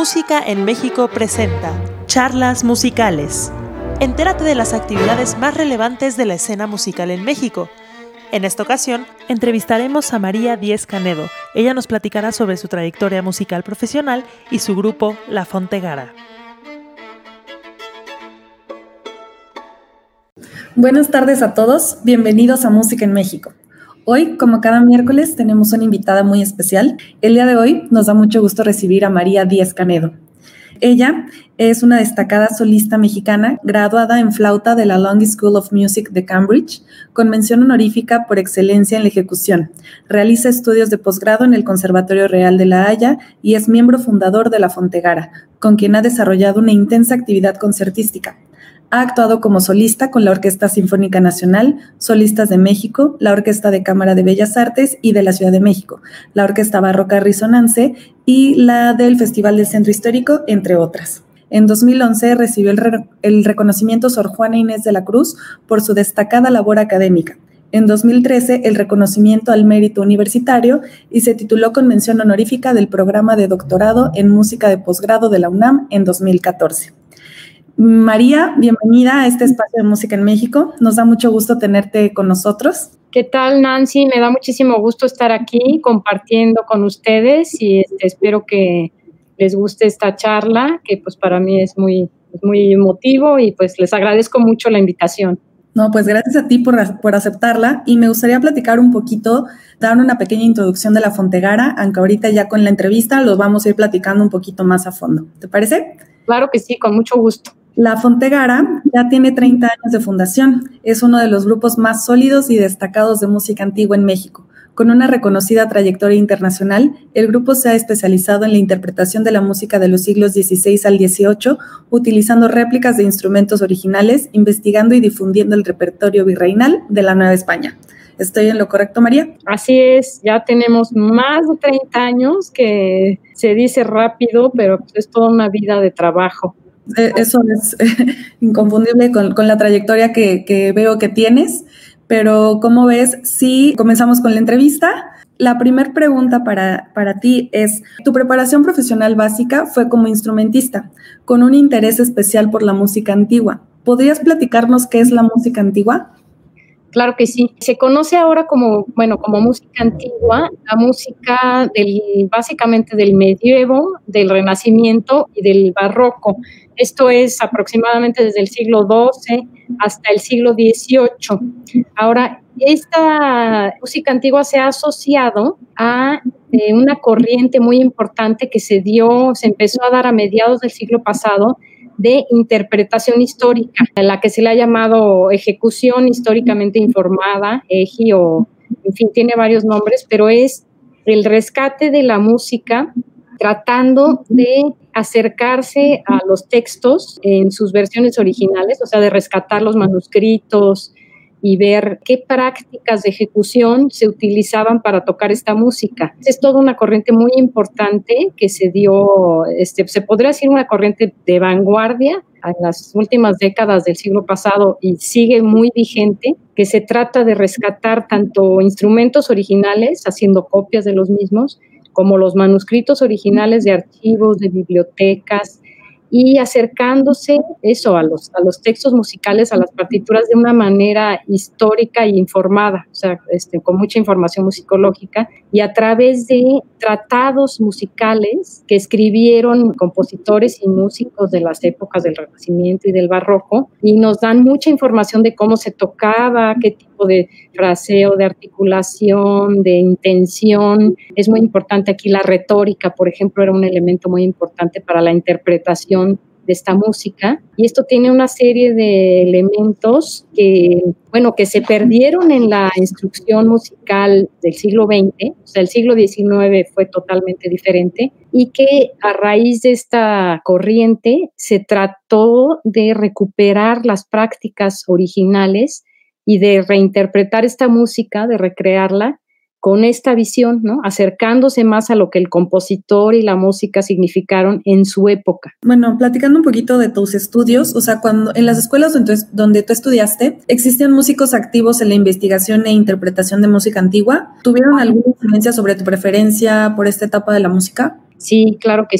Música en México presenta Charlas Musicales. Entérate de las actividades más relevantes de la escena musical en México. En esta ocasión, entrevistaremos a María Díez Canedo. Ella nos platicará sobre su trayectoria musical profesional y su grupo La Fontegara. Buenas tardes a todos, bienvenidos a Música en México. Hoy, como cada miércoles, tenemos una invitada muy especial. El día de hoy nos da mucho gusto recibir a María Díez Canedo. Ella es una destacada solista mexicana, graduada en flauta de la Longhi School of Music de Cambridge, con mención honorífica por excelencia en la ejecución. Realiza estudios de posgrado en el Conservatorio Real de La Haya y es miembro fundador de La Fontegara, con quien ha desarrollado una intensa actividad concertística. Ha actuado como solista con la Orquesta Sinfónica Nacional, Solistas de México, la Orquesta de Cámara de Bellas Artes y de la Ciudad de México, la Orquesta Barroca Risonance y la del Festival del Centro Histórico, entre otras. En 2011 recibió el reconocimiento Sor Juana Inés de la Cruz por su destacada labor académica. En 2013 el reconocimiento al mérito universitario y se tituló con mención honorífica del programa de doctorado en música de posgrado de la UNAM en 2014. María, bienvenida a este espacio de Música en México. Nos da mucho gusto tenerte con nosotros. ¿Qué tal, Nancy? Me da muchísimo gusto estar aquí compartiendo con ustedes y espero que les guste esta charla, que pues para mí es muy emotivo y pues les agradezco mucho la invitación. No, pues gracias a ti por aceptarla y me gustaría platicar un poquito, dar una pequeña introducción de La Fontegara, aunque ahorita ya con la entrevista los vamos a ir platicando un poquito más a fondo. ¿Te parece? Claro que sí, con mucho gusto. La Fontegara ya tiene 30 años de fundación. Es uno de los grupos más sólidos y destacados de música antigua en México. Con una reconocida trayectoria internacional, el grupo se ha especializado en la interpretación de la música de los siglos XVI al XVIII, utilizando réplicas de instrumentos originales, investigando y difundiendo el repertorio virreinal de la Nueva España. ¿Estoy en lo correcto, María? Así es, ya tenemos más de 30 años, que se dice rápido, pero es toda una vida de trabajo. Eso es inconfundible con la trayectoria que veo que tienes, pero ¿cómo ves? Si comenzamos con la entrevista, la primera pregunta para ti es, tu preparación profesional básica fue como instrumentista, con un interés especial por la música antigua. ¿Podrías platicarnos qué es la música antigua? Claro que sí. Se conoce ahora como música antigua, la música básicamente del medievo, del Renacimiento y del Barroco. Esto es aproximadamente desde el siglo XII hasta el siglo XVIII. Ahora, esta música antigua se ha asociado a una corriente muy importante que se empezó a dar a mediados del siglo pasado, de interpretación histórica, a la que se le ha llamado ejecución históricamente informada, EJI, o en fin, tiene varios nombres, pero es el rescate de la música tratando de acercarse a los textos en sus versiones originales, o sea, de rescatar los manuscritos y ver qué prácticas de ejecución se utilizaban para tocar esta música. Es toda una corriente muy importante que se dio, se podría decir una corriente de vanguardia en las últimas décadas del siglo pasado y sigue muy vigente, que se trata de rescatar tanto instrumentos originales, haciendo copias de los mismos, como los manuscritos originales de archivos, de bibliotecas, y acercándose a los textos musicales, a las partituras de una manera histórica e informada, o sea, con mucha información musicológica, y a través de tratados musicales que escribieron compositores y músicos de las épocas del Renacimiento y del Barroco, y nos dan mucha información de cómo se tocaba, qué tipo de fraseo, de articulación, de intención. Es muy importante aquí la retórica, por ejemplo, era un elemento muy importante para la interpretación de esta música, y esto tiene una serie de elementos que se perdieron en la instrucción musical del siglo XX, o sea, el siglo XIX fue totalmente diferente, y que a raíz de esta corriente se trató de recuperar las prácticas originales y de reinterpretar esta música, de recrearla con esta visión, ¿no? Acercándose más a lo que el compositor y la música significaron en su época. Bueno, platicando un poquito de tus estudios, o sea, cuando en las escuelas donde tú estudiaste, ¿existían músicos activos en la investigación e interpretación de música antigua? ¿Tuvieron alguna influencia sobre tu preferencia por esta etapa de la música? Sí, claro que sí.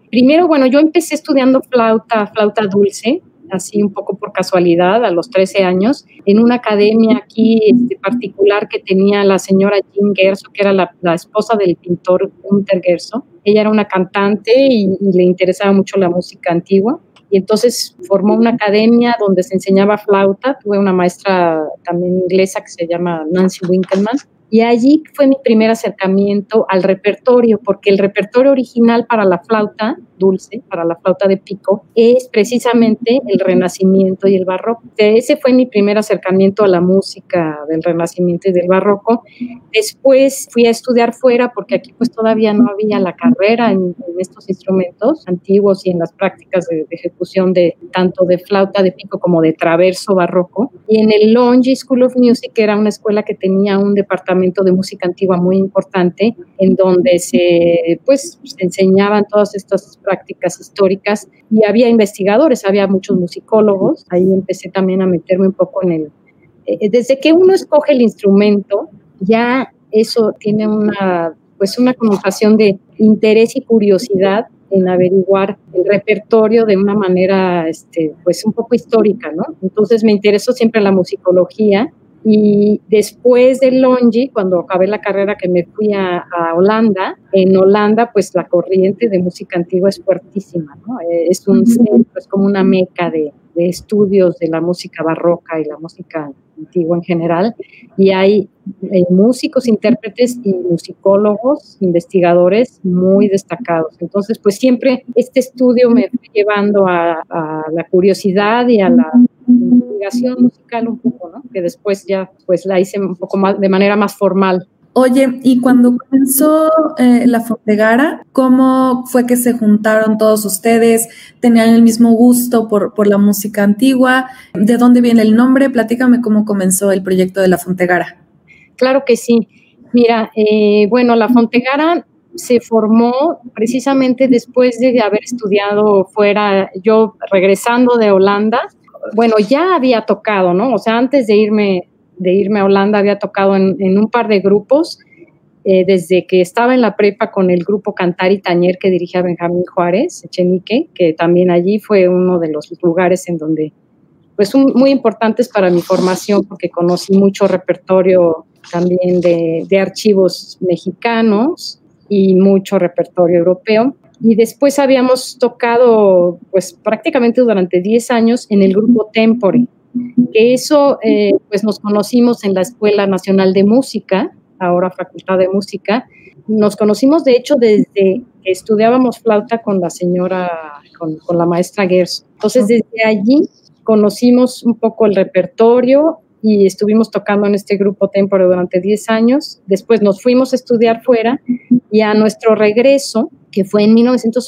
Primero, bueno, yo empecé estudiando flauta dulce, así un poco por casualidad, a los 13 años, en una academia aquí particular que tenía la señora Jean Gerso, que era la esposa del pintor Günter Gerso. Ella era una cantante y le interesaba mucho la música antigua. Y entonces formó una academia donde se enseñaba flauta. Tuve una maestra también inglesa que se llama Nancy Winkelmann. Y allí fue mi primer acercamiento al repertorio, porque el repertorio original para la flauta dulce, para la flauta de pico, es precisamente el Renacimiento y el Barroco. Ese fue mi primer acercamiento a la música del Renacimiento y del Barroco. Después fui a estudiar fuera, porque aquí pues todavía no había la carrera en estos instrumentos antiguos y en las prácticas de ejecución de tanto de flauta de pico como de traverso barroco. Y en el Longy School of Music, que era una escuela que tenía un departamento de música antigua muy importante, en donde se enseñaban todas estas prácticas históricas y había investigadores, había muchos musicólogos. Ahí empecé también a meterme un poco en desde que uno escoge el instrumento, ya eso tiene una connotación de interés y curiosidad en averiguar el repertorio de una manera un poco histórica, ¿no? Entonces me interesó siempre la musicología. Y después del Longy, cuando acabé la carrera, que me fui a Holanda, en Holanda pues la corriente de música antigua es fuertísima, ¿no? Es un centro, es como una meca de estudios de la música barroca y la música antigua en general, y hay músicos, intérpretes y musicólogos, investigadores muy destacados. Entonces pues siempre este estudio me fue llevando a la curiosidad y a la investigación musical un poco, ¿no? Que después ya pues la hice un poco más de manera más formal. Oye, y cuando comenzó la Fontegara, ¿cómo fue que se juntaron todos ustedes? ¿Tenían el mismo gusto por la música antigua? ¿De dónde viene el nombre? Platícame cómo comenzó el proyecto de la Fontegara. Claro que sí. Mira, la Fontegara se formó precisamente después de haber estudiado fuera. Yo regresando de Holanda, ya había tocado, ¿no? O sea, antes de irme a Holanda había tocado en un par de grupos, desde que estaba en la prepa con el grupo Cantar y Tañer que dirigía Benjamín Juárez Echenique, que también allí fue uno de los lugares en donde, muy importantes para mi formación, porque conocí mucho repertorio también de archivos mexicanos y mucho repertorio europeo. Y después habíamos tocado prácticamente durante 10 años en el grupo Tempore, que eso nos conocimos en la Escuela Nacional de Música, ahora Facultad de Música. Nos conocimos de hecho desde que estudiábamos flauta con la señora, con la maestra Gerso. Entonces desde allí conocimos un poco el repertorio y estuvimos tocando en este grupo Tempore durante 10 años. Después nos fuimos a estudiar fuera y a nuestro regreso, que fue en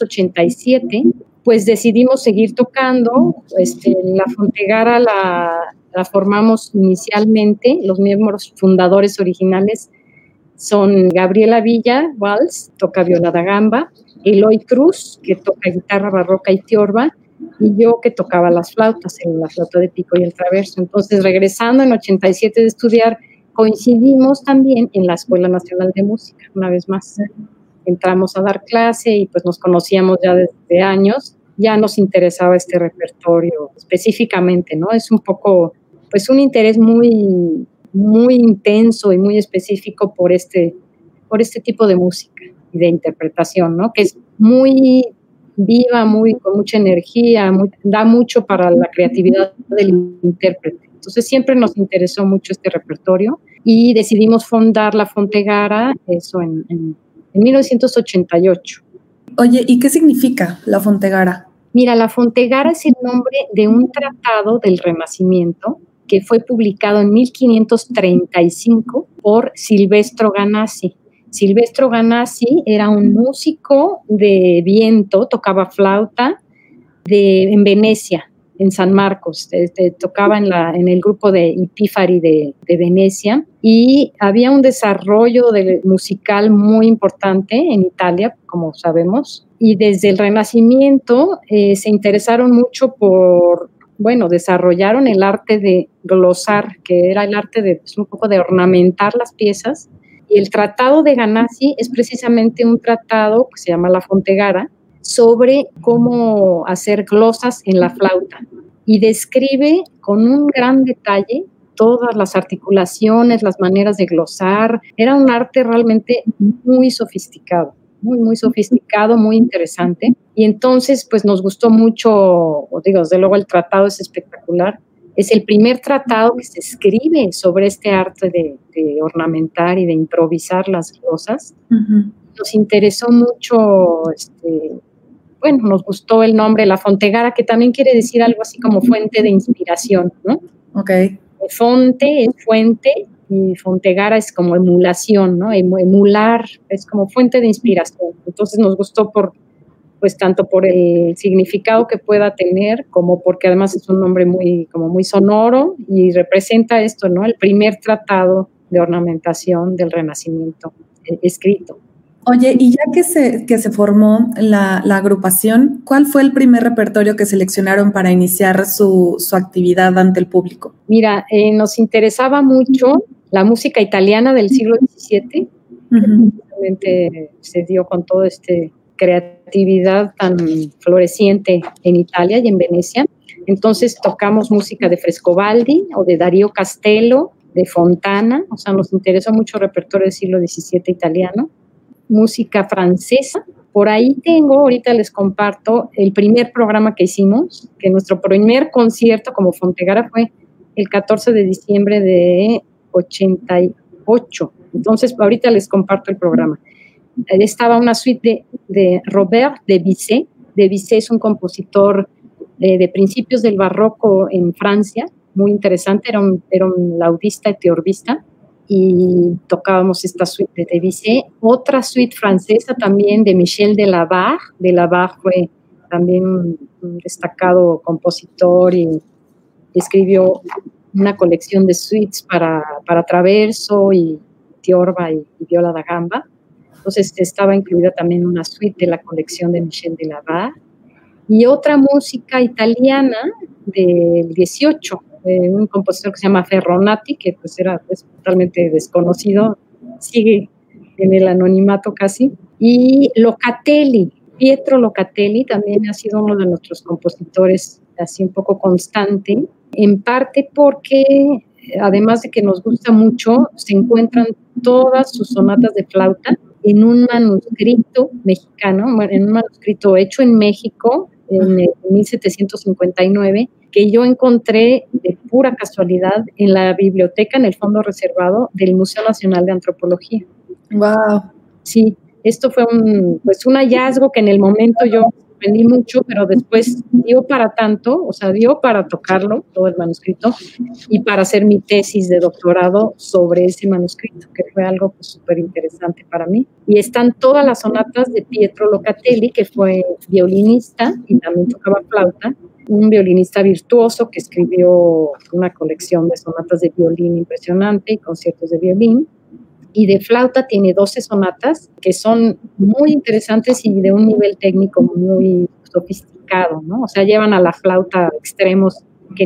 1987, pues decidimos seguir tocando. La Fontegara la formamos inicialmente, los miembros fundadores originales son Gabriela Villa, vals, toca viola da gamba, Eloy Cruz, que toca guitarra barroca y tiorba, y yo que tocaba las flautas, la flauta de pico y el traverso. Entonces, regresando en 87 de estudiar, coincidimos también en la Escuela Nacional de Música, una vez más. Entramos a dar clase y pues nos conocíamos ya desde años, ya nos interesaba este repertorio específicamente, ¿no? Es un poco, un interés muy, muy intenso y muy específico por este tipo de música y de interpretación, ¿no? Que es muy viva, con mucha energía, da mucho para la creatividad del intérprete. Entonces siempre nos interesó mucho este repertorio y decidimos fundar la Fontegara, eso en 1988. Oye, ¿y qué significa la Fontegara? Mira, la Fontegara es el nombre de un tratado del Renacimiento que fue publicado en 1535 por Silvestro Ganassi. Silvestro Ganassi era un músico de viento, tocaba flauta en Venecia, en San Marcos, tocaba en el grupo de Ipifari de Venecia, y había un desarrollo musical muy importante en Italia, como sabemos, y desde el Renacimiento se interesaron mucho desarrollaron el arte de glosar, que era el arte de un poco de ornamentar las piezas. Y el tratado de Ganassi es precisamente un tratado que se llama la Fontegara, sobre cómo hacer glosas en la flauta y describe con un gran detalle todas las articulaciones, las maneras de glosar. Era un arte realmente muy sofisticado, muy sofisticado, muy interesante. Y entonces, pues nos gustó mucho, digo, desde luego el tratado es espectacular. Es el primer tratado que se escribe sobre este arte de ornamentar y de improvisar las glosas. Uh-huh. Nos interesó mucho, bueno, nos gustó el nombre La Fontegara, que también quiere decir algo así como fuente de inspiración, ¿no? Okay. Fonte es fuente y Fontegara es como emulación, ¿no? Emular es como fuente de inspiración. Entonces nos gustó pues tanto por el significado que pueda tener, como porque además es un nombre muy sonoro y representa esto, ¿no? El primer tratado de ornamentación del Renacimiento escrito. Oye, y ya que se formó la agrupación, ¿cuál fue el primer repertorio que seleccionaron para iniciar su actividad ante el público? Mira, nos interesaba mucho la música italiana del siglo XVII, uh-huh, que realmente se dio con toda esta creatividad tan floreciente en Italia y en Venecia. Entonces tocamos música de Frescobaldi o de Darío Castello, de Fontana, o sea, nos interesó mucho el repertorio del siglo XVII italiano. Música francesa. Por ahí ahorita les comparto el primer programa que hicimos, que nuestro primer concierto como Fontegara fue el 14 de diciembre de 88. Entonces, ahorita les comparto el programa. Estaba una suite de Robert de Bizet. De Bizet es un compositor de principios del barroco en Francia, muy interesante, era un laudista y teorbista, y tocábamos esta suite de Debussy, otra suite francesa también de Michel Delabarre. Delabarre fue también un destacado compositor y escribió una colección de suites para traverso y tiorba y viola da gamba. Entonces estaba incluida también una suite de la colección de Michel Delabarre y otra música italiana del 18, un compositor que se llama Ferronati, que pues es totalmente desconocido, sigue en el anonimato casi, y Locatelli, Pietro Locatelli también ha sido uno de nuestros compositores así un poco constante, en parte porque además de que nos gusta mucho, se encuentran todas sus sonatas de flauta en un manuscrito mexicano, en un manuscrito hecho en México en 1759, que yo encontré de pura casualidad en la biblioteca, en el fondo reservado del Museo Nacional de Antropología. ¡Wow! Sí, esto fue un hallazgo que en el momento yo aprendí mucho, pero después dio para tanto, o sea, dio para tocarlo, todo el manuscrito, y para hacer mi tesis de doctorado sobre ese manuscrito, que fue algo súper interesante para mí. Y están todas las sonatas de Pietro Locatelli, que fue violinista y también tocaba flauta, un violinista virtuoso que escribió una colección de sonatas de violín impresionante y conciertos de violín. Y de flauta tiene 12 sonatas que son muy interesantes y de un nivel técnico muy sofisticado, ¿no? O sea, llevan a la flauta a extremos que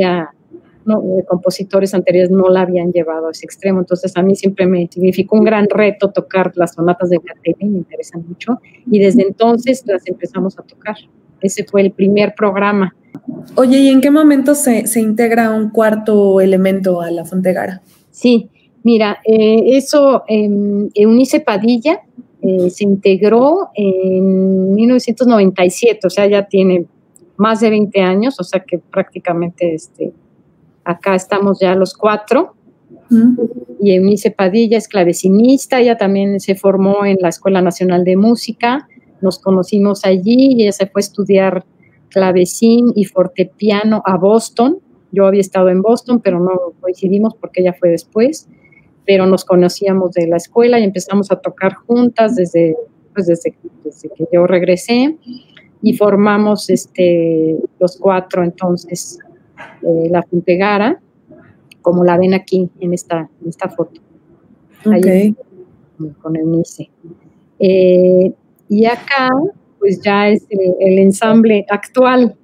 compositores anteriores no la habían llevado a ese extremo. Entonces, a mí siempre me significó un gran reto tocar las sonatas de Locatelli, me interesan mucho, y desde entonces las empezamos a tocar. Ese fue el primer programa. Oye, ¿y en qué momento se integra un cuarto elemento a la Fontegara? Sí, mira, Eunice Padilla se integró en 1997, o sea, ya tiene más de 20 años, o sea que prácticamente acá estamos ya los 4. Y Eunice Padilla es clavecinista, ella también se formó en la Escuela Nacional de Música, nos conocimos allí y ella se fue a estudiar clavecín y fortepiano a Boston. Yo había estado en Boston, pero no coincidimos porque ella fue después, pero nos conocíamos de la escuela y empezamos a tocar juntas desde que yo regresé y formamos los 4 entonces la Fontegara, como la ven aquí en esta foto. Okay. Ahí, con Eunice. Y acá pues ya es el ensamble actual.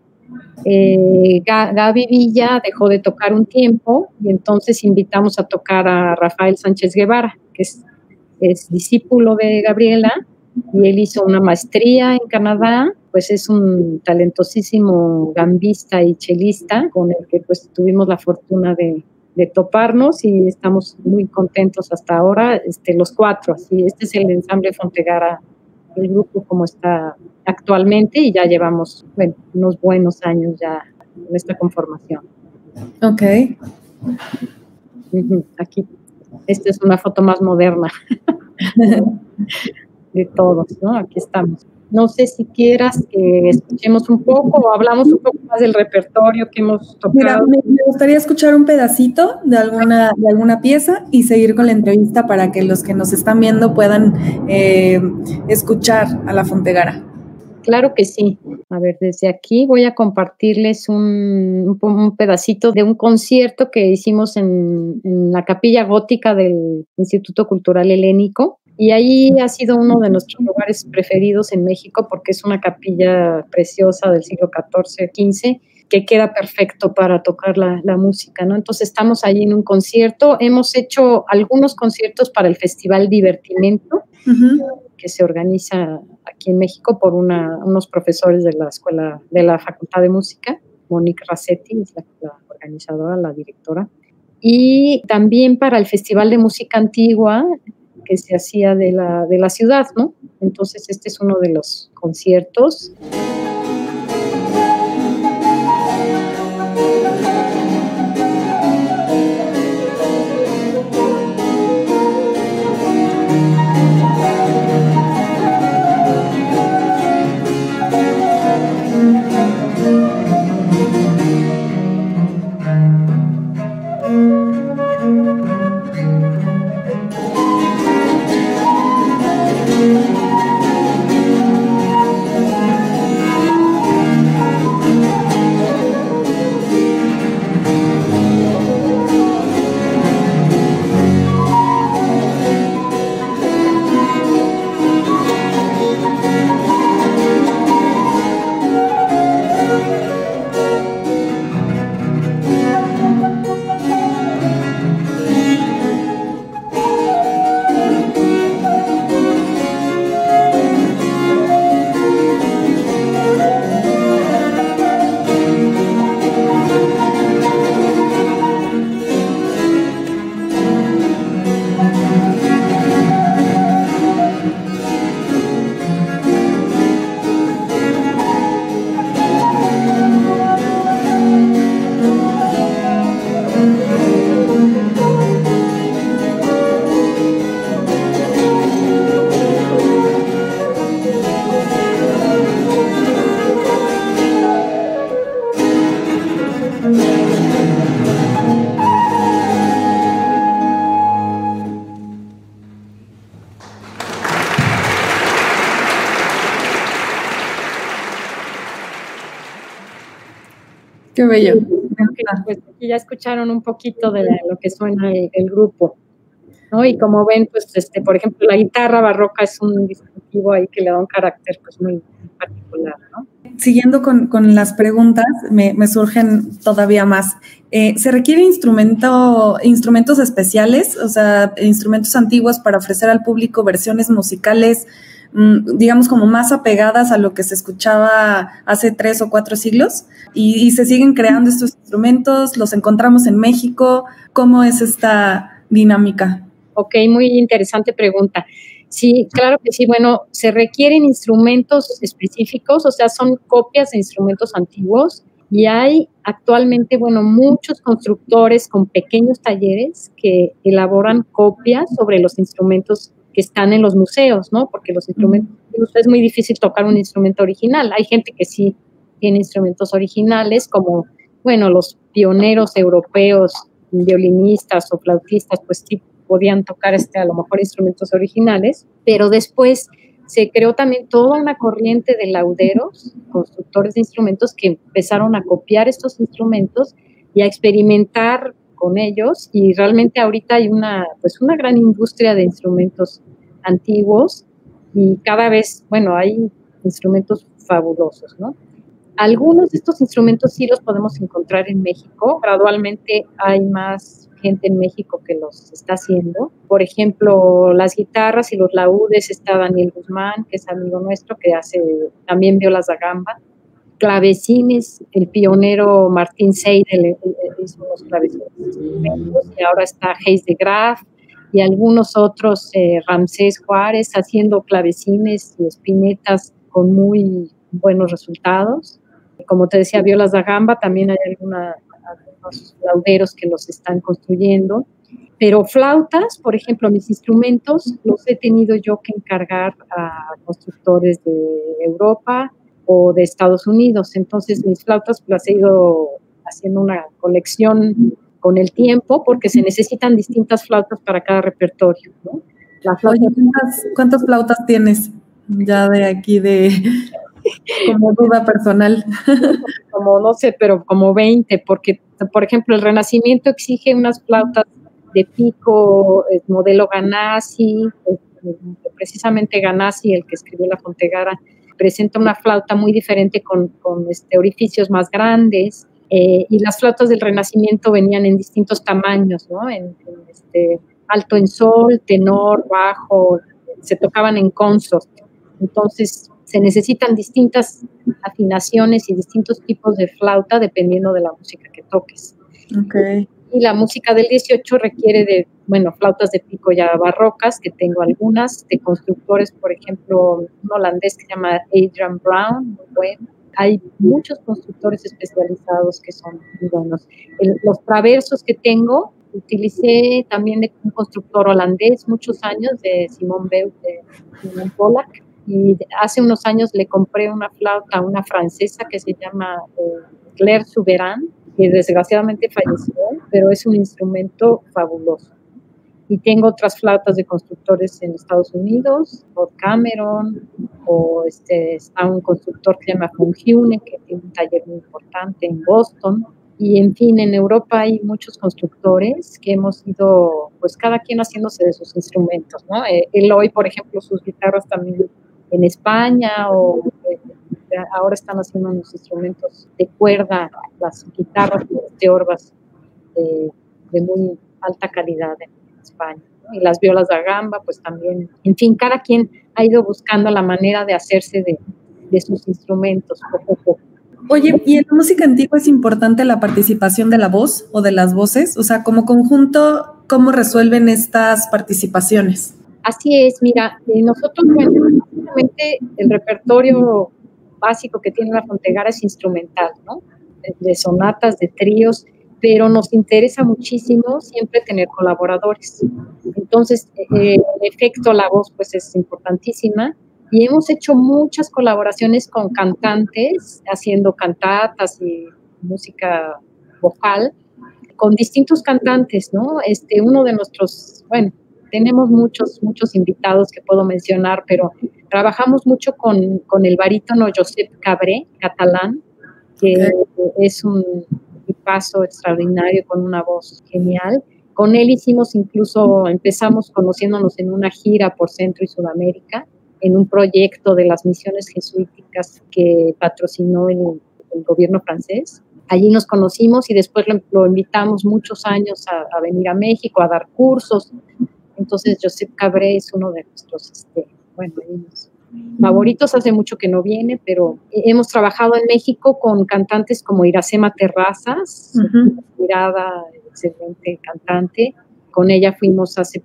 Gaby Villa dejó de tocar un tiempo y entonces invitamos a tocar a Rafael Sánchez Guevara, que es discípulo de Gabriela y él hizo una maestría en Canadá. Pues es un talentosísimo gambista y chelista con el que pues tuvimos la fortuna de toparnos y estamos muy contentos hasta ahora, los cuatro. Así, este es el ensamble Fontegara, el grupo como está actualmente, y ya llevamos unos buenos años ya en esta conformación. Ok. Aquí, esta es una foto más moderna de todos, ¿no? Aquí estamos. No sé si quieras que escuchemos un poco o hablamos un poco más del repertorio que hemos tocado. Mira, me gustaría escuchar un pedacito de alguna pieza y seguir con la entrevista para que los que nos están viendo puedan escuchar a la Fontegara. Claro que sí. A ver, desde aquí voy a compartirles un pedacito de un concierto que hicimos en la Capilla Gótica del Instituto Cultural Helénico. Y ahí ha sido uno de nuestros lugares preferidos en México porque es una capilla preciosa del siglo XIV, XV, que queda perfecto para tocar la música, ¿no? Entonces estamos ahí en un concierto. Hemos hecho algunos conciertos para el Festival Divertimento, que se organiza aquí en México por unos profesores de la escuela, de la Facultad de Música. Monique Rassetti es la organizadora, la directora. Y también para el Festival de Música Antigua, que se hacía de la ciudad, ¿no? Entonces este es uno de los conciertos. Qué bello. Pues aquí ya escucharon un poquito de lo que suena el grupo, ¿no? Y como ven, pues por ejemplo, la guitarra barroca es un distintivo ahí que le da un carácter pues muy particular, ¿no? Siguiendo con las preguntas, me surgen todavía más. ¿Se requieren instrumentos especiales, o sea, instrumentos antiguos para ofrecer al público versiones musicales, digamos, como más apegadas a lo que se escuchaba hace 3 o 4 siglos? ¿Y se siguen creando estos instrumentos? ¿Los encontramos en México? ¿Cómo es esta dinámica? Ok, muy interesante pregunta. Sí, claro que sí. Bueno, se requieren instrumentos específicos, o sea, son copias de instrumentos antiguos, y hay actualmente, bueno, muchos constructores con pequeños talleres que elaboran copias sobre los instrumentos que están en los museos, ¿no? Porque los instrumentos, es muy difícil tocar un instrumento original. Hay gente que sí tiene instrumentos originales, como, bueno, los pioneros europeos, violinistas o flautistas, pues sí podían tocar a lo mejor instrumentos originales, pero después se creó también toda una corriente de lauderos, constructores de instrumentos, que empezaron a copiar estos instrumentos y a experimentar con ellos, y realmente ahorita hay una gran industria de instrumentos antiguos, y cada vez, bueno, hay instrumentos fabulosos, ¿no? Algunos de estos instrumentos sí los podemos encontrar en México. Gradualmente hay más gente en México que los está haciendo. Por ejemplo, las guitarras y los laúdes está Daniel Guzmán, que es amigo nuestro, que hace también violas da gamba. Clavecines, el pionero Martín Seidel hizo los clavecines y ahora está Hayes de Graaf y algunos otros, Ramsés Juárez, haciendo clavecines y espinetas con muy buenos resultados. Como te decía, violas da gamba, también hay algunos lauderos que los están construyendo. Pero flautas, por ejemplo, mis instrumentos los he tenido yo que encargar a constructores de Europa o de Estados Unidos. Entonces, mis flautas las he ido haciendo una colección con el tiempo porque se necesitan distintas flautas para cada repertorio, ¿no? Oye, ¿cuántas flautas tienes ya de aquí como duda personal? Como, no sé, pero como 20, porque, por ejemplo, el Renacimiento exige unas flautas de pico, modelo Ganassi, precisamente Ganassi, el que escribió La Fontegara, presenta una flauta muy diferente con orificios más grandes, y las flautas del Renacimiento venían en distintos tamaños, ¿no? Alto en sol, tenor, bajo, se tocaban en consort. Entonces, se necesitan distintas afinaciones y distintos tipos de flauta dependiendo de la música que toques. Okay. Y la música del 18 requiere de, flautas de pico ya barrocas, que tengo algunas, de constructores, por ejemplo, un holandés que se llama Adrian Brown, muy bueno. Hay muchos constructores especializados que son muy buenos. Los traversos que tengo, utilicé también de un constructor holandés muchos años, de Simon Beut, de Simon Pollack, y hace unos años le compré una flauta a una francesa que se llama Claire Souverain, que desgraciadamente falleció, pero es un instrumento fabuloso. Y tengo otras flautas de constructores en Estados Unidos, Rod Cameron, o está un constructor que se llama Von Hune, que tiene un taller muy importante en Boston. Y en fin, en Europa hay muchos constructores que hemos ido, pues cada quien haciéndose de sus instrumentos, ¿no? Eloy, por ejemplo, sus guitarras también en España, o ahora están haciendo unos instrumentos de cuerda, las guitarras de Orbas de muy alta calidad en España, ¿no? Y las violas da gamba, pues también. En fin, cada quien ha ido buscando la manera de hacerse de sus instrumentos poco a poco. Oye, ¿y en la música antigua es importante la participación de la voz o de las voces? O sea, como conjunto, ¿cómo resuelven estas participaciones? Así es, mira, nosotros, básicamente el repertorio básico que tiene La Fontegara es instrumental, ¿no? De sonatas, de tríos, pero nos interesa muchísimo siempre tener colaboradores. Entonces, en efecto, la voz pues es importantísima y hemos hecho muchas colaboraciones con cantantes, haciendo cantatas y música vocal, con distintos cantantes, ¿no? Uno de nuestros, tenemos muchos invitados que puedo mencionar, pero trabajamos mucho con el barítono Josep Cabré, catalán, que es un tipazo extraordinario con una voz genial. Con él empezamos conociéndonos en una gira por Centro y Sudamérica, en un proyecto de las misiones jesuíticas que patrocinó el gobierno francés. Allí nos conocimos y después lo invitamos muchos años a venir a México a dar cursos. Entonces, Josep Cabré es uno de nuestros favoritos. Hace mucho que no viene, pero hemos trabajado en México con cantantes como Iracema Terrazas, inspirada, excelente cantante. Con ella fuimos hace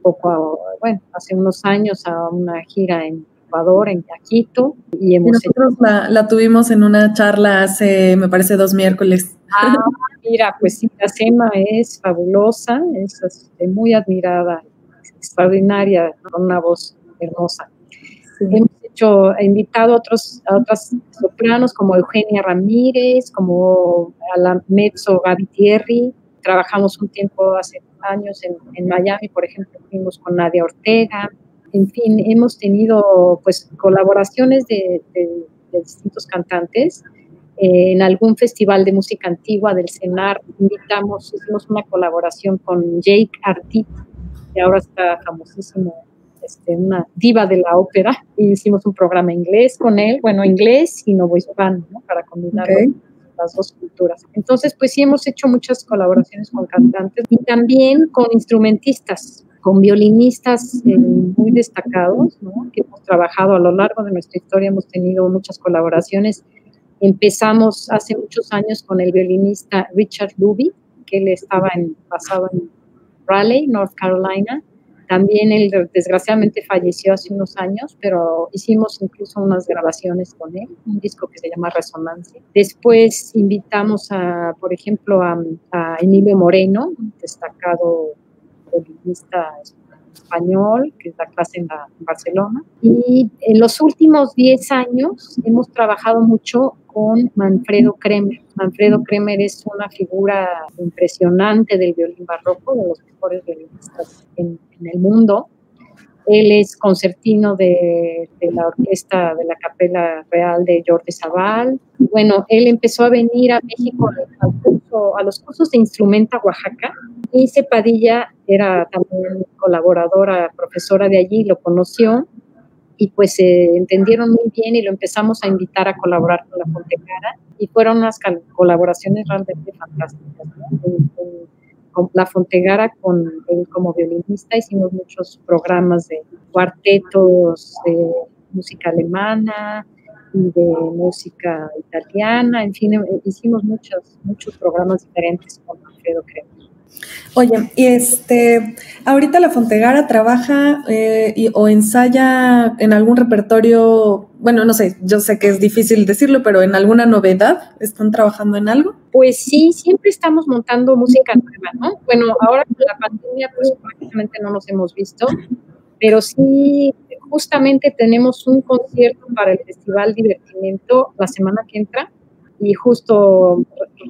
unos años a una gira en Ecuador, en Quito. Y nosotros la tuvimos en una charla hace, me parece, 2 miércoles. Mira, pues sí, Iracema es fabulosa, es muy admirada, extraordinaria, con una voz hermosa. Sí. Hemos invitado a otras sopranos como Eugenia Ramírez, como a la mezzo Gaby Thierry. Trabajamos un tiempo hace años en Miami, por ejemplo, fuimos con Nadia Ortega. En fin, hemos tenido pues colaboraciones de distintos cantantes. En algún festival de música antigua del CENAR hicimos una colaboración con Jake Artit, que ahora está famosísimo, una diva de la ópera, y hicimos un programa inglés con él, inglés y novohispano, ¿no? Para combinar las dos culturas. Entonces, pues sí hemos hecho muchas colaboraciones con cantantes y también con instrumentistas. con violinistas muy destacados, ¿no? Que hemos trabajado a lo largo de nuestra historia, hemos tenido muchas colaboraciones. Empezamos hace muchos años con el violinista Richard Luby, que él estaba basado en Raleigh, North Carolina. También él desgraciadamente falleció hace unos años, pero hicimos incluso unas grabaciones con él, un disco que se llama Resonancia. Después invitamos por ejemplo, a Emilio Moreno, un destacado violinista español, que da clase en Barcelona. Y en los últimos 10 años hemos trabajado mucho con Manfredo Kremer. Manfredo Kremer es una figura impresionante del violín barroco, de los mejores violinistas en el mundo. Él es concertino de la orquesta de la Capella Real de Jordi Sabal. Bueno, él empezó a venir a México a los cursos de instrumenta Oaxaca. Ilse Padilla era también colaboradora, profesora de allí, lo conoció y pues se entendieron muy bien y lo empezamos a invitar a colaborar con la Fontegara y fueron unas colaboraciones realmente fantásticas, ¿no? Con la Fontegara, con él como violinista, hicimos muchos programas de cuartetos de música alemana y de música italiana, en fin, hicimos muchos programas diferentes con Alfredo Kremer. Oye, y ahorita la Fontegara trabaja o ensaya en algún repertorio, bueno, no sé, yo sé que es difícil decirlo, pero ¿en alguna novedad están trabajando en algo? Pues sí, siempre estamos montando música nueva, ¿no? Bueno, ahora con la pandemia, pues prácticamente no nos hemos visto, pero sí, justamente tenemos un concierto para el Festival Divertimento la semana que entra y justo,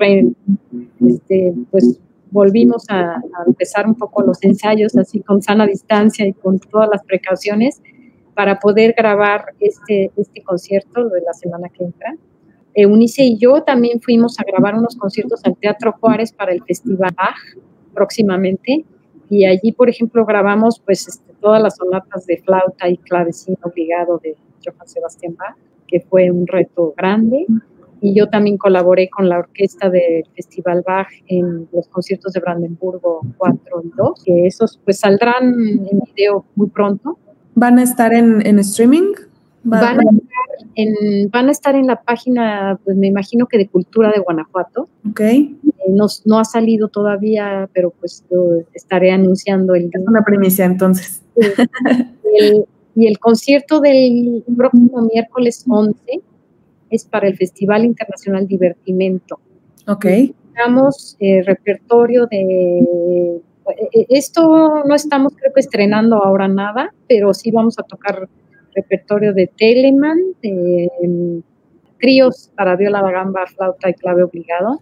pues volvimos a empezar un poco los ensayos así con sana distancia y con todas las precauciones para poder grabar este concierto de la semana que entra. Eunice y yo también fuimos a grabar unos conciertos al Teatro Juárez para el Festival Bach próximamente y allí, por ejemplo, grabamos pues todas las sonatas de flauta y clavecín obligado de Johann Sebastian Bach, que fue un reto grande. Y yo también colaboré con la orquesta del Festival Bach en los conciertos de Brandenburgo 4 y 2, que esos pues saldrán en video muy pronto. ¿Van a estar en streaming? Van a estar en la página, pues me imagino que de Cultura de Guanajuato. Okay. No ha salido todavía, pero pues lo estaré anunciando. Es una primicia entonces. Y el concierto del próximo miércoles 11 es para el Festival Internacional Divertimento. Ok. Tenemos repertorio de... Esto no estamos, creo que, estrenando ahora nada, pero sí vamos a tocar repertorio de Telemann, de tríos para viola da gamba, flauta y clave obligado.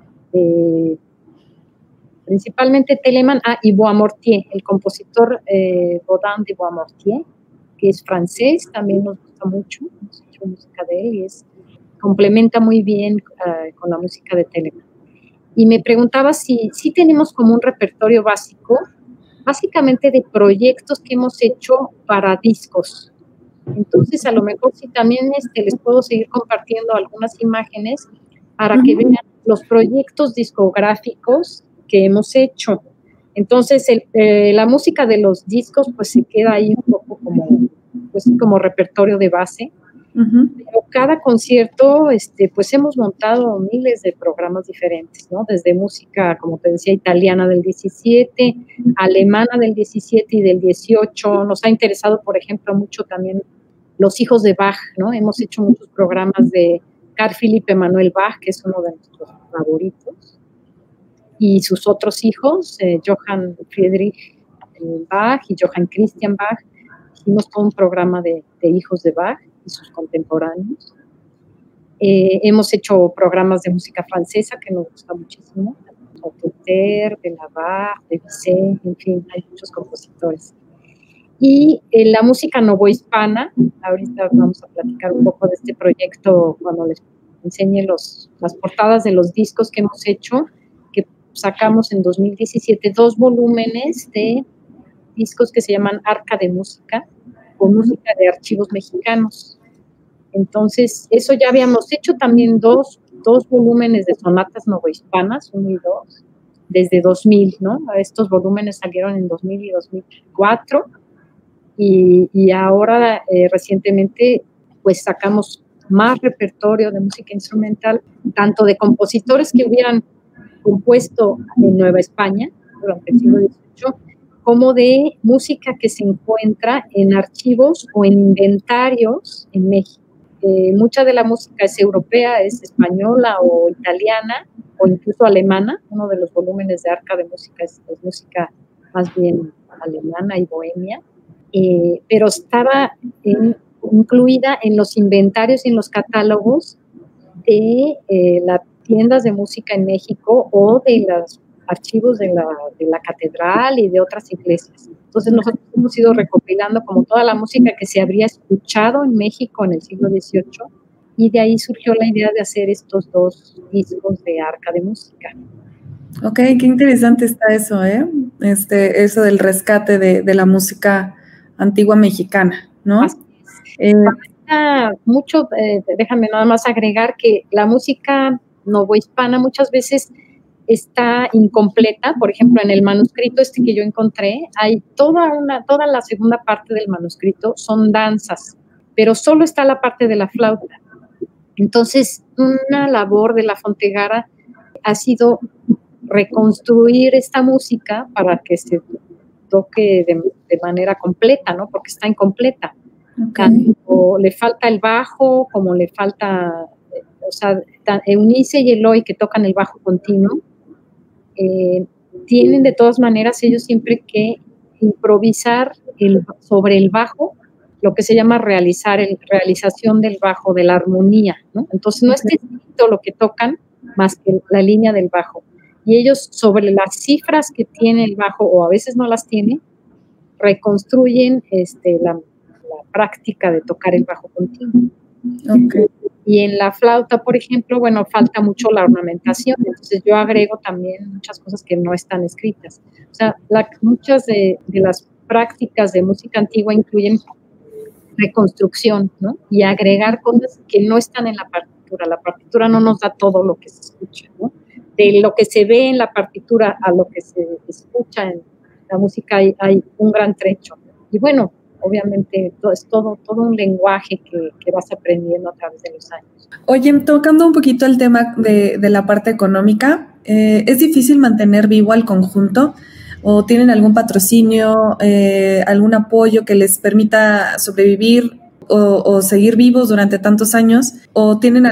Principalmente Telemann, y Boismortier, el compositor Baudin de Boismortier, que es francés, también nos gusta mucho, hemos hecho música de él y complementa muy bien con la música de Telemann. Y me preguntaba si tenemos como un repertorio básico, básicamente de proyectos que hemos hecho para discos. Entonces, a lo mejor sí también les puedo seguir compartiendo algunas imágenes para que vean los proyectos discográficos que hemos hecho. Entonces, la música de los discos pues se queda ahí un poco como repertorio de base. Pero cada concierto, pues hemos montado miles de programas diferentes, ¿no? Desde música, como te decía, italiana del 17, alemana del 17 y del 18. Nos ha interesado, por ejemplo, mucho también los hijos de Bach, ¿no? Hemos hecho muchos programas de Carl Philipp Emanuel Bach, que es uno de nuestros favoritos, y sus otros hijos, Johann Friedrich Bach y Johann Christian Bach. Hicimos todo un programa de hijos de Bach y sus contemporáneos. Hemos hecho programas de música francesa que nos gusta muchísimo, de Bach, de Bizet, en fin, hay muchos compositores. Y la música novohispana, ahorita vamos a platicar un poco de este proyecto cuando les enseñe las portadas de los discos que hemos hecho, que sacamos en 2017 2 volúmenes de discos que se llaman Arca de Música, con música de archivos mexicanos. Entonces, eso ya habíamos hecho también dos volúmenes de sonatas novohispanas, 1 y 2, desde 2000, ¿no? Estos volúmenes salieron en 2000 y 2004 y ahora recientemente pues sacamos más repertorio de música instrumental, tanto de compositores que hubieran compuesto en Nueva España durante el siglo XVIII, como de música que se encuentra en archivos o en inventarios en México. Mucha de la música es europea, es española o italiana o incluso alemana. Uno de los volúmenes de Arca de Música es música más bien alemana y bohemia, pero estaba incluida en los inventarios y en los catálogos de las tiendas de música en México o de los archivos de la catedral y de otras iglesias. Entonces nosotros hemos ido recopilando como toda la música que se habría escuchado en México en el siglo XVIII y de ahí surgió la idea de hacer estos 2 discos de Arca de Música. Ok, qué interesante está eso, ¿eh? Eso del rescate de la música antigua mexicana, ¿no? Mucho, déjame nada más agregar que la música novohispana muchas veces está incompleta. Por ejemplo, en el manuscrito que yo encontré, hay toda la segunda parte del manuscrito son danzas, pero solo está la parte de la flauta. Entonces, una labor de la Fontegara ha sido reconstruir esta música para que se toque de manera completa, ¿no? Porque está incompleta. Okay. Tanto le falta el bajo, como le falta, o sea, Eunice y Eloy, que tocan el bajo continuo, tienen de todas maneras ellos siempre que improvisar sobre el bajo, lo que se llama realización del bajo, de la armonía, ¿no? Entonces no está escrito lo que tocan más que la línea del bajo. Y ellos sobre las cifras que tiene el bajo, o a veces no las tiene, reconstruyen la práctica de tocar el bajo continuo. Okay. Y en la flauta, por ejemplo, bueno, falta mucho la ornamentación, entonces yo agrego también muchas cosas que no están escritas. O sea, muchas de las prácticas de música antigua incluyen reconstrucción, ¿no? Y agregar cosas que no están en la partitura. La partitura no nos da todo lo que se escucha, ¿no? De lo que se ve en la partitura a lo que se escucha en la música hay un gran trecho. Y bueno, obviamente es todo un lenguaje que vas aprendiendo a través de los años. Oye, tocando un poquito el tema de la parte económica, ¿es difícil mantener vivo al conjunto? ¿O tienen algún patrocinio, algún apoyo que les permita sobrevivir o seguir vivos durante tantos años? ¿O tienen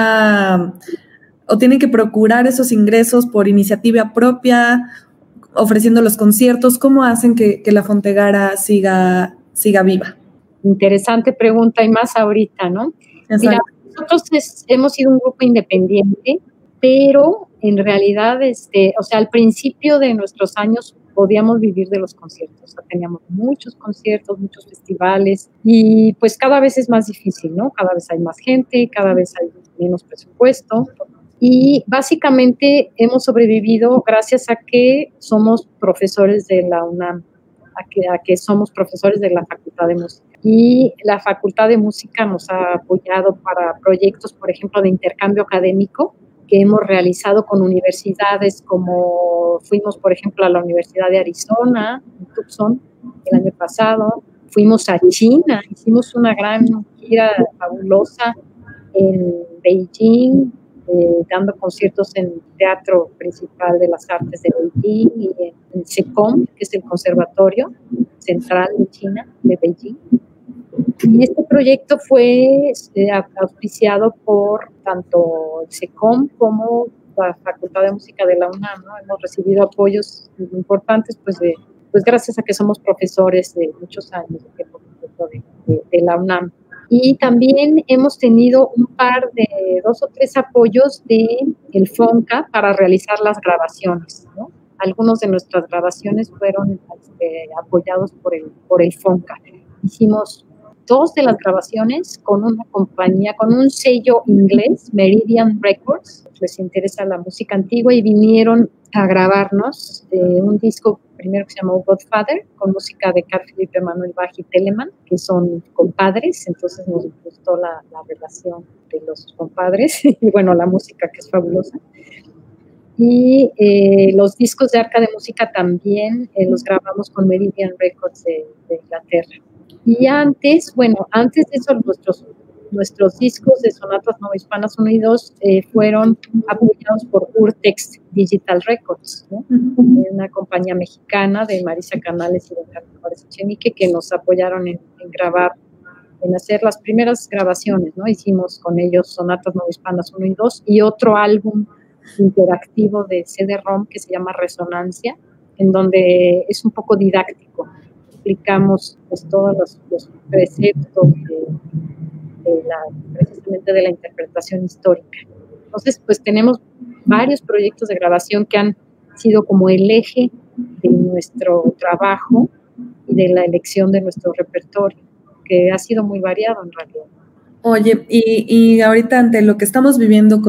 o tienen que procurar esos ingresos por iniciativa propia, ofreciendo los conciertos? ¿Cómo hacen que la Fontegara siga viva? Interesante pregunta, y más ahorita, ¿no? Exacto. Mira, nosotros hemos sido un grupo independiente, pero en realidad, o sea, al principio de nuestros años podíamos vivir de los conciertos, o sea, teníamos muchos conciertos, muchos festivales, y pues cada vez es más difícil, ¿no? Cada vez hay más gente, cada vez hay menos presupuesto, y básicamente hemos sobrevivido gracias a que somos profesores de la UNAM, a que somos profesores de la Facultad de Música. Y la Facultad de Música nos ha apoyado para proyectos, por ejemplo, de intercambio académico que hemos realizado con universidades, como fuimos, por ejemplo, a la Universidad de Arizona, en Tucson, el año pasado. Fuimos a China, hicimos una gran gira fabulosa en Beijing, dando conciertos en el Teatro Principal de las Artes de Beijing y en SECOM, que es el Conservatorio Central de China, de Beijing. Y este proyecto fue auspiciado por tanto el SECOM como la Facultad de Música de la UNAM, ¿no? Hemos recibido apoyos importantes, pues gracias a que somos profesores de muchos años de la UNAM. Y también hemos tenido un par de 2 o 3 apoyos del FONCA para realizar las grabaciones, ¿no? Algunos de nuestras grabaciones fueron apoyados por el FONCA. Hicimos 2 de las grabaciones con una compañía, con un sello inglés, Meridian Records. Les interesa la música antigua y vinieron a grabarnos un disco primero que se llamó Godfather, con música de Carl Philipp Emanuel Bach y Telemann, que son compadres, entonces nos gustó la relación de los compadres y bueno, la música que es fabulosa. Y los discos de Arca de Música también los grabamos con Meridian Records de Inglaterra. Y antes de eso, nuestros discos de Sonatas Novohispanas 1 y 2 fueron apoyados por Urtext Digital Records, ¿no? Una compañía mexicana de Marisa Canales y de Carlos Juárez Echenique, que nos apoyaron en grabar, en hacer las primeras grabaciones, ¿no? Hicimos con ellos Sonatas Novohispanas 1 y 2 y otro álbum interactivo de CD-ROM que se llama Resonancia, en donde es un poco didáctico. Explicamos pues todos los preceptos precisamente de la interpretación histórica. Entonces, pues tenemos varios proyectos de grabación que han sido como el eje de nuestro trabajo y de la elección de nuestro repertorio, que ha sido muy variado en realidad. Oye, y ahorita ante lo que estamos viviendo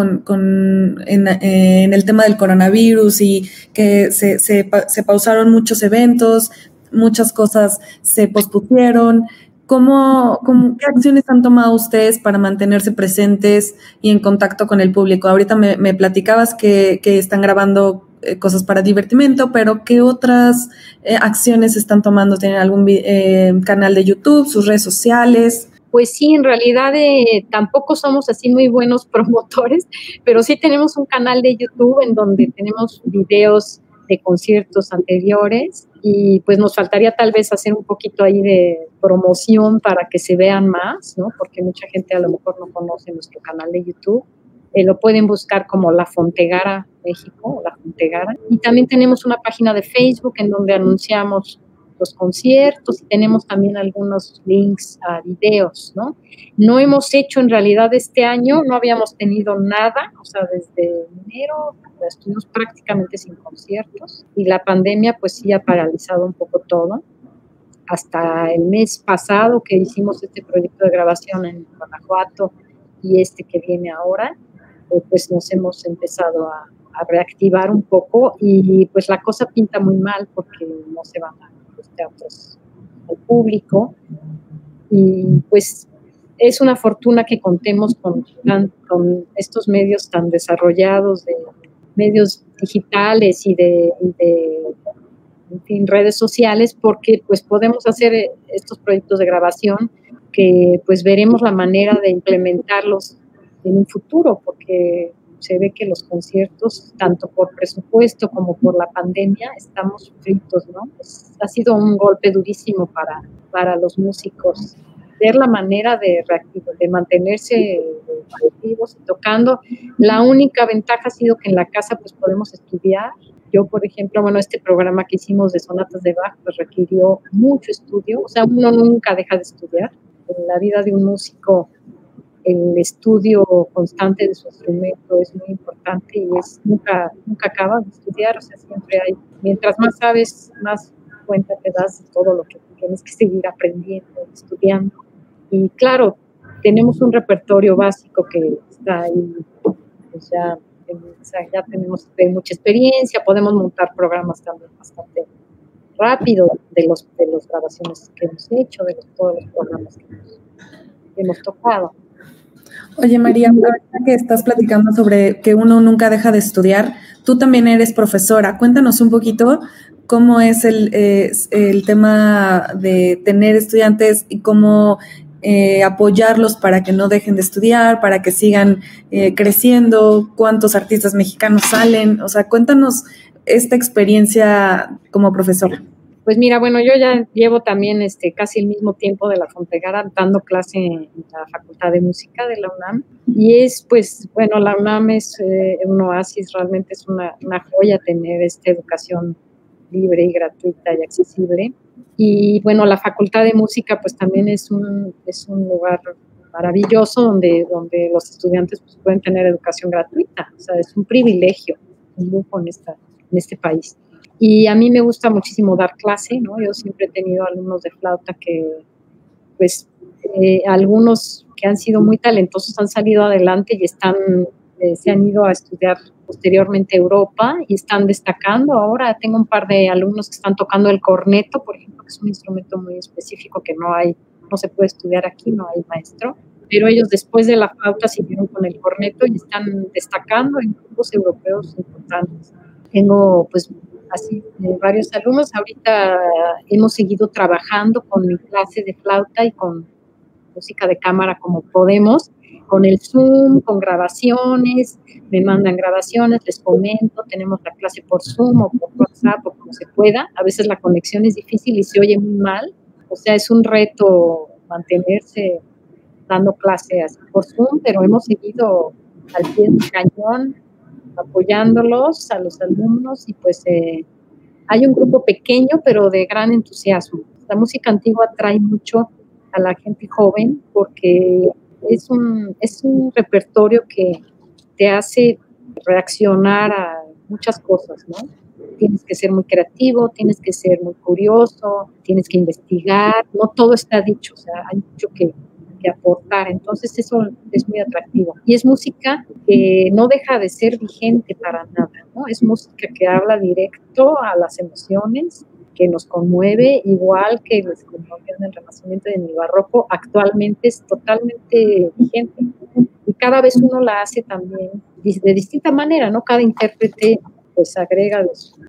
en el tema del coronavirus y que se pausaron muchos eventos, muchas cosas se pospusieron, ¿qué acciones han tomado ustedes para mantenerse presentes y en contacto con el público? Ahorita me platicabas que están grabando cosas para divertimento, pero ¿qué otras acciones están tomando? ¿Tienen algún canal de YouTube, sus redes sociales? Pues sí, en realidad tampoco somos así muy buenos promotores, pero sí tenemos un canal de YouTube en donde tenemos videos de conciertos anteriores y pues nos faltaría tal vez hacer un poquito ahí de promoción para que se vean más, ¿no? Porque mucha gente a lo mejor no conoce nuestro canal de YouTube. Lo pueden buscar como La Fontegara México, La Fontegara. Y también tenemos una página de Facebook en donde anunciamos los conciertos y tenemos también algunos links a videos, ¿no? No hemos hecho en realidad este año, no habíamos tenido nada, o sea, desde enero estuvimos prácticamente sin conciertos y la pandemia pues sí ha paralizado un poco todo. Hasta el mes pasado que hicimos este proyecto de grabación en Guanajuato y este que viene ahora, pues nos hemos empezado a reactivar un poco y pues la cosa pinta muy mal porque no se van a los teatros al público y pues es una fortuna que contemos con estos medios tan desarrollados de medios digitales y de en fin, redes sociales, porque pues podemos hacer estos proyectos de grabación que pues veremos la manera de implementarlos en un futuro, porque se ve que los conciertos, tanto por presupuesto como por la pandemia, estamos fritos, ¿no? Pues ha sido un golpe durísimo para los músicos, ver la manera de mantenerse activos y tocando. La única ventaja ha sido que en la casa pues podemos estudiar. Yo, por ejemplo, este programa que hicimos de sonatas de Bach pues requirió mucho estudio, o sea, uno nunca deja de estudiar. En la vida de un músico el estudio constante de su instrumento es muy importante y nunca acaba de estudiar, o sea, siempre hay, mientras más sabes, más cuenta te das de todo lo que tienes que seguir aprendiendo, estudiando. Y claro, tenemos un repertorio básico que está ahí, pues ya tenemos mucha experiencia, podemos montar programas también bastante rápido de las grabaciones que hemos hecho, de todos los programas que hemos tocado. Oye, María, ahorita que estás platicando sobre que uno nunca deja de estudiar, tú también eres profesora. Cuéntanos un poquito cómo es el tema de tener estudiantes y cómo apoyarlos para que no dejen de estudiar, para que sigan creciendo, cuántos artistas mexicanos salen. O sea, cuéntanos esta experiencia como profesora. Pues mira, yo ya llevo también casi el mismo tiempo de La Fontegara dando clase en la Facultad de Música de la UNAM y la UNAM es un oasis, realmente es una joya tener esta educación libre y gratuita y accesible. Y la Facultad de Música pues también es un lugar maravilloso donde los estudiantes pues, pueden tener educación gratuita, o sea, es un privilegio, un lujo en este país. Y a mí me gusta muchísimo dar clase, ¿no? Yo siempre he tenido alumnos de flauta que, pues, algunos que han sido muy talentosos han salido adelante y se han ido a estudiar posteriormente a Europa y están destacando. Ahora tengo un par de alumnos que están tocando el corneto, por ejemplo, que es un instrumento muy específico que no se puede estudiar aquí, no hay maestro, pero ellos después de la flauta siguieron con el corneto y están destacando en grupos europeos importantes. Tengo pues así varios alumnos. Ahorita hemos seguido trabajando con mi clase de flauta y con música de cámara como podemos, con el Zoom, con grabaciones, me mandan grabaciones, les comento, tenemos la clase por Zoom o por WhatsApp o como se pueda. A veces la conexión es difícil y se oye muy mal, o sea, es un reto mantenerse dando clase así por Zoom, pero hemos seguido al pie del cañón apoyándolos a los alumnos y pues hay un grupo pequeño pero de gran entusiasmo. La música antigua atrae mucho a la gente joven porque es un repertorio que te hace reaccionar a muchas cosas, ¿no? Tienes que ser muy creativo, tienes que ser muy curioso, tienes que investigar, no todo está dicho, o sea, hay mucho que aportar, entonces eso es muy atractivo. Y es música que no deja de ser vigente para nada, ¿no? Es música que habla directo a las emociones, que nos conmueve, igual que les conmovió en el Renacimiento y en el Barroco, actualmente es totalmente vigente. Y cada vez uno la hace también de distinta manera, ¿no? Cada intérprete pues agrega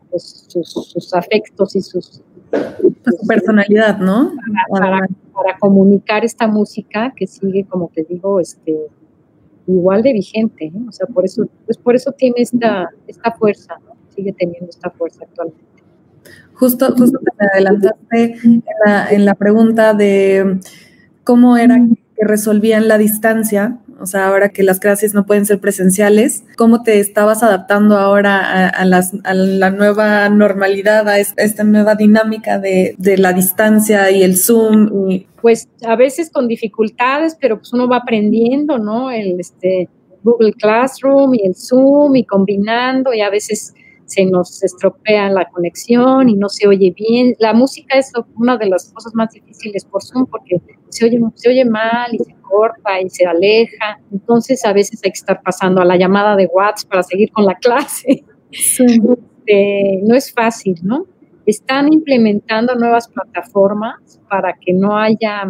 sus afectos y su personalidad, ¿no? Para comunicar esta música que sigue, como te digo, igual de vigente, ¿eh? O sea, por eso tiene esta fuerza, ¿no? Sigue teniendo esta fuerza actualmente. Justo te me adelantaste en la pregunta de cómo era que resolvían la distancia, o sea, ahora que las clases no pueden ser presenciales, ¿cómo te estabas adaptando ahora a la nueva normalidad, a esta nueva dinámica de la distancia y el Zoom? Pues a veces con dificultades, pero pues uno va aprendiendo, ¿no? El Google Classroom y el Zoom y combinando, y a veces se nos estropea la conexión y no se oye bien. La música es una de las cosas más difíciles por Zoom porque se oye mal y se corta y se aleja. Entonces a veces hay que estar pasando a la llamada de WhatsApp para seguir con la clase. Sí. No es fácil, ¿no? Están implementando nuevas plataformas para que no haya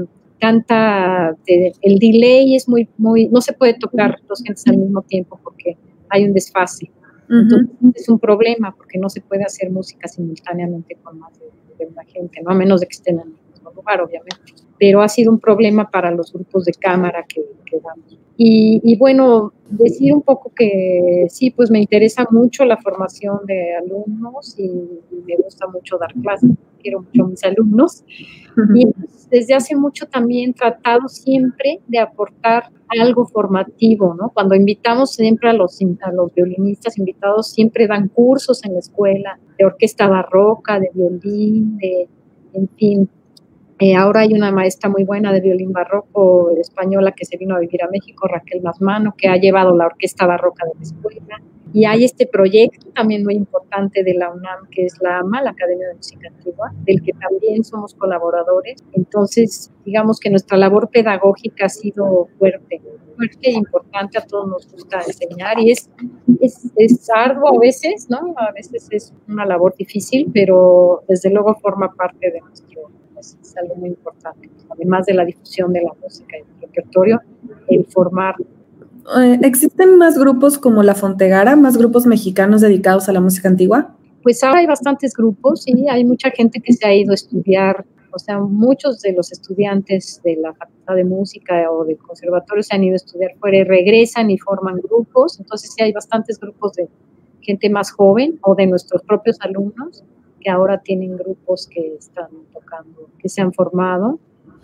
el delay es muy, no se puede tocar dos gentes al mismo tiempo porque hay un desfase. Entonces, es un problema porque no se puede hacer música simultáneamente con más de una gente, ¿no? A menos de que estén en el mismo lugar, obviamente. Pero ha sido un problema para los grupos de cámara que damos. Y bueno, decir un poco que sí, pues me interesa mucho la formación de alumnos y me gusta mucho dar clases, quiero mucho a mis alumnos. Y pues, desde hace mucho también he tratado siempre de aportar algo formativo, ¿no? Cuando invitamos siempre a los violinistas invitados, siempre dan cursos en la escuela de orquesta barroca, de violín, en fin. Ahora hay una maestra muy buena de violín barroco española que se vino a vivir a México, Raquel Masmano, que ha llevado la orquesta barroca de la escuela. Y hay este proyecto también muy importante de la UNAM, que es la AMA, la Academia de Música Antigua, del que también somos colaboradores. Entonces, digamos que nuestra labor pedagógica ha sido fuerte e importante, a todos nos gusta enseñar y es arduo a veces, ¿no? A veces es una labor difícil, pero desde luego forma parte de nuestro, pues, es algo muy importante. Además de la difusión de la música y del repertorio, el formar. ¿Existen más grupos como La Fontegara, más grupos mexicanos dedicados a la música antigua? Pues ahora hay bastantes grupos y hay mucha gente que se ha ido a estudiar. O sea, muchos de los estudiantes de la Facultad de Música o del Conservatorio se han ido a estudiar fuera y regresan y forman grupos. Entonces sí hay bastantes grupos de gente más joven o de nuestros propios alumnos que ahora tienen grupos que están tocando, que se han formado.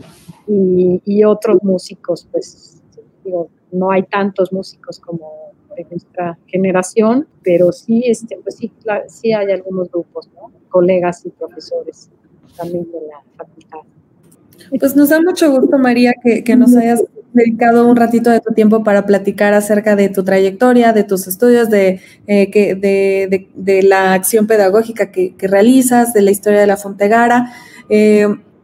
Y otros músicos, pues digo, no hay tantos músicos como de nuestra generación, pero sí, pues sí hay algunos grupos, ¿no? Colegas y profesores también de la facultad. Pues nos da mucho gusto, María, que nos hayas dedicado un ratito de tu tiempo para platicar acerca de tu trayectoria, de tus estudios, de la acción pedagógica que realizas, de la historia de La Fontegara.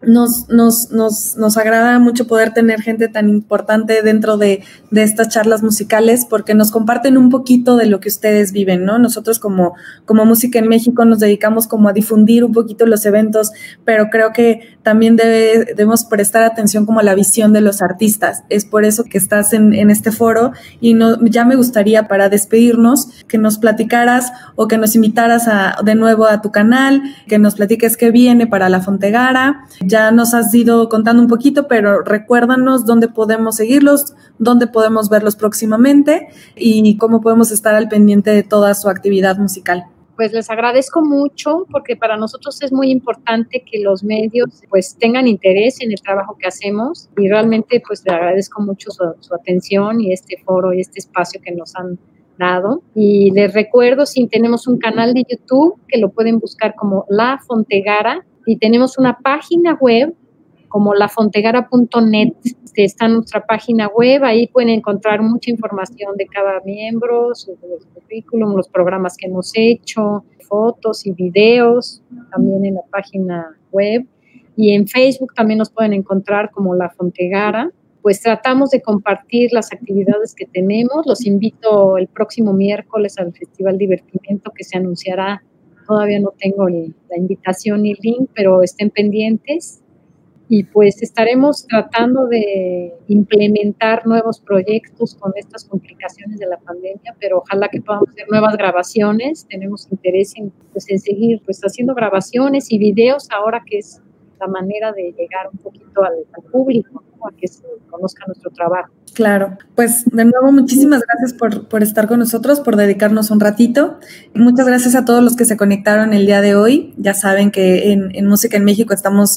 nos agrada mucho poder tener gente tan importante dentro de estas charlas musicales, porque nos comparten un poquito de lo que ustedes viven, ¿no? Nosotros como Música en México nos dedicamos como a difundir un poquito los eventos, pero creo que también debemos prestar atención como a la visión de los artistas. Es por eso que estás en este foro, y ya me gustaría, para despedirnos, que nos platicaras o que nos invitaras de nuevo a tu canal, que nos platiques qué viene para La Fontegara. Ya nos has ido contando un poquito, pero recuérdanos dónde podemos seguirlos, dónde podemos verlos próximamente y cómo podemos estar al pendiente de toda su actividad musical. Pues les agradezco mucho, porque para nosotros es muy importante que los medios pues tengan interés en el trabajo que hacemos, y realmente pues les agradezco mucho su atención y este foro y este espacio que nos han dado. Y les recuerdo, si tenemos un canal de YouTube que lo pueden buscar como La Fontegara, y tenemos una página web como lafontegara.net. Está nuestra página web, ahí pueden encontrar mucha información de cada miembro, su currículum, los programas que hemos hecho, fotos y videos también en la página web. Y en Facebook también nos pueden encontrar como La Fontegara. Pues tratamos de compartir las actividades que tenemos. Los invito el próximo miércoles al Festival Divertimiento, que se anunciará. Todavía no tengo la invitación ni el link, pero estén pendientes. Y pues estaremos tratando de implementar nuevos proyectos con estas complicaciones de la pandemia, pero ojalá que podamos hacer nuevas grabaciones. Tenemos interés en seguir pues haciendo grabaciones y videos ahora, que es la manera de llegar un poquito al público, ¿no? A que se conozca nuestro trabajo. Claro, pues de nuevo muchísimas gracias por estar con nosotros, por dedicarnos un ratito. Muchas gracias a todos los que se conectaron el día de hoy. Ya saben que en Música en México estamos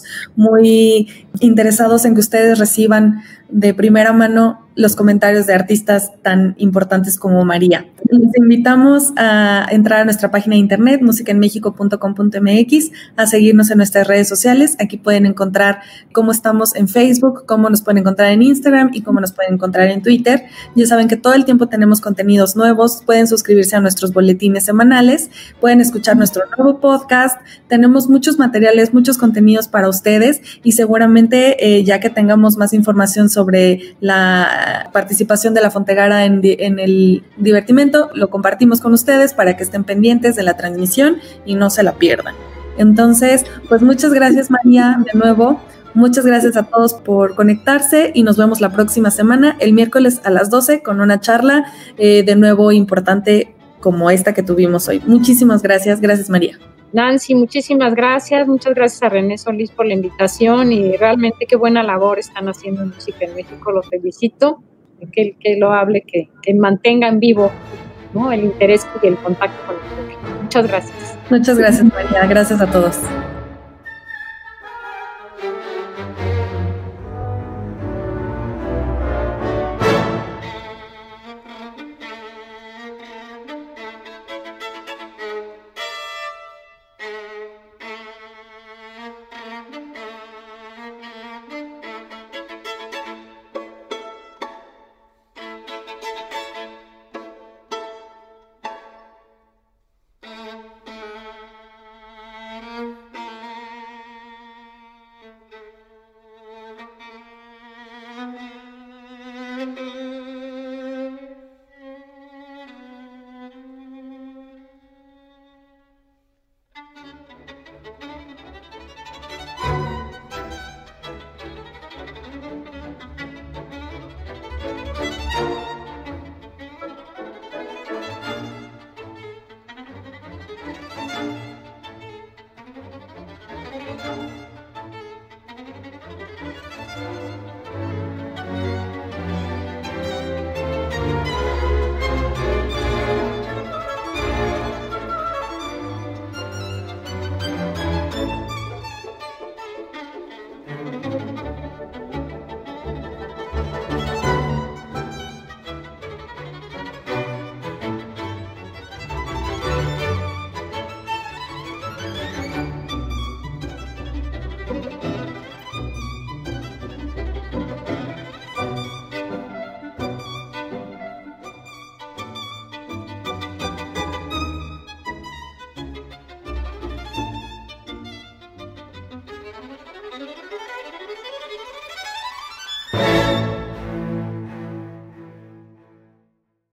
muy interesados en que ustedes reciban de primera mano los comentarios de artistas tan importantes como María. Les invitamos a entrar a nuestra página de internet, musicaenmexico.com.mx, a seguirnos en nuestras redes sociales. Aquí pueden encontrar cómo estamos en Facebook, cómo nos pueden encontrar en Instagram y cómo nos pueden encontrar en Twitter. Ya saben que todo el tiempo tenemos contenidos nuevos. Pueden suscribirse a nuestros boletines semanales, pueden escuchar nuestro nuevo podcast. Tenemos muchos materiales, muchos contenidos para ustedes, y seguramente ya que tengamos más información sobre la participación de La Fontegara en el divertimento, lo compartimos con ustedes para que estén pendientes de la transmisión y no se la pierdan. Entonces, pues muchas gracias, María, de nuevo. Muchas gracias a todos por conectarse, y nos vemos la próxima semana, el miércoles a las 12, con una charla de nuevo importante como esta que tuvimos hoy. Muchísimas gracias. Gracias, María. Nancy, muchísimas gracias. Muchas gracias a René Solís por la invitación, y realmente qué buena labor están haciendo en Música en México. Los felicito. Que lo hable, que mantengan vivo, ¿no?, el interés y el contacto con el público. Muchas gracias. Muchas gracias, María. Gracias a todos.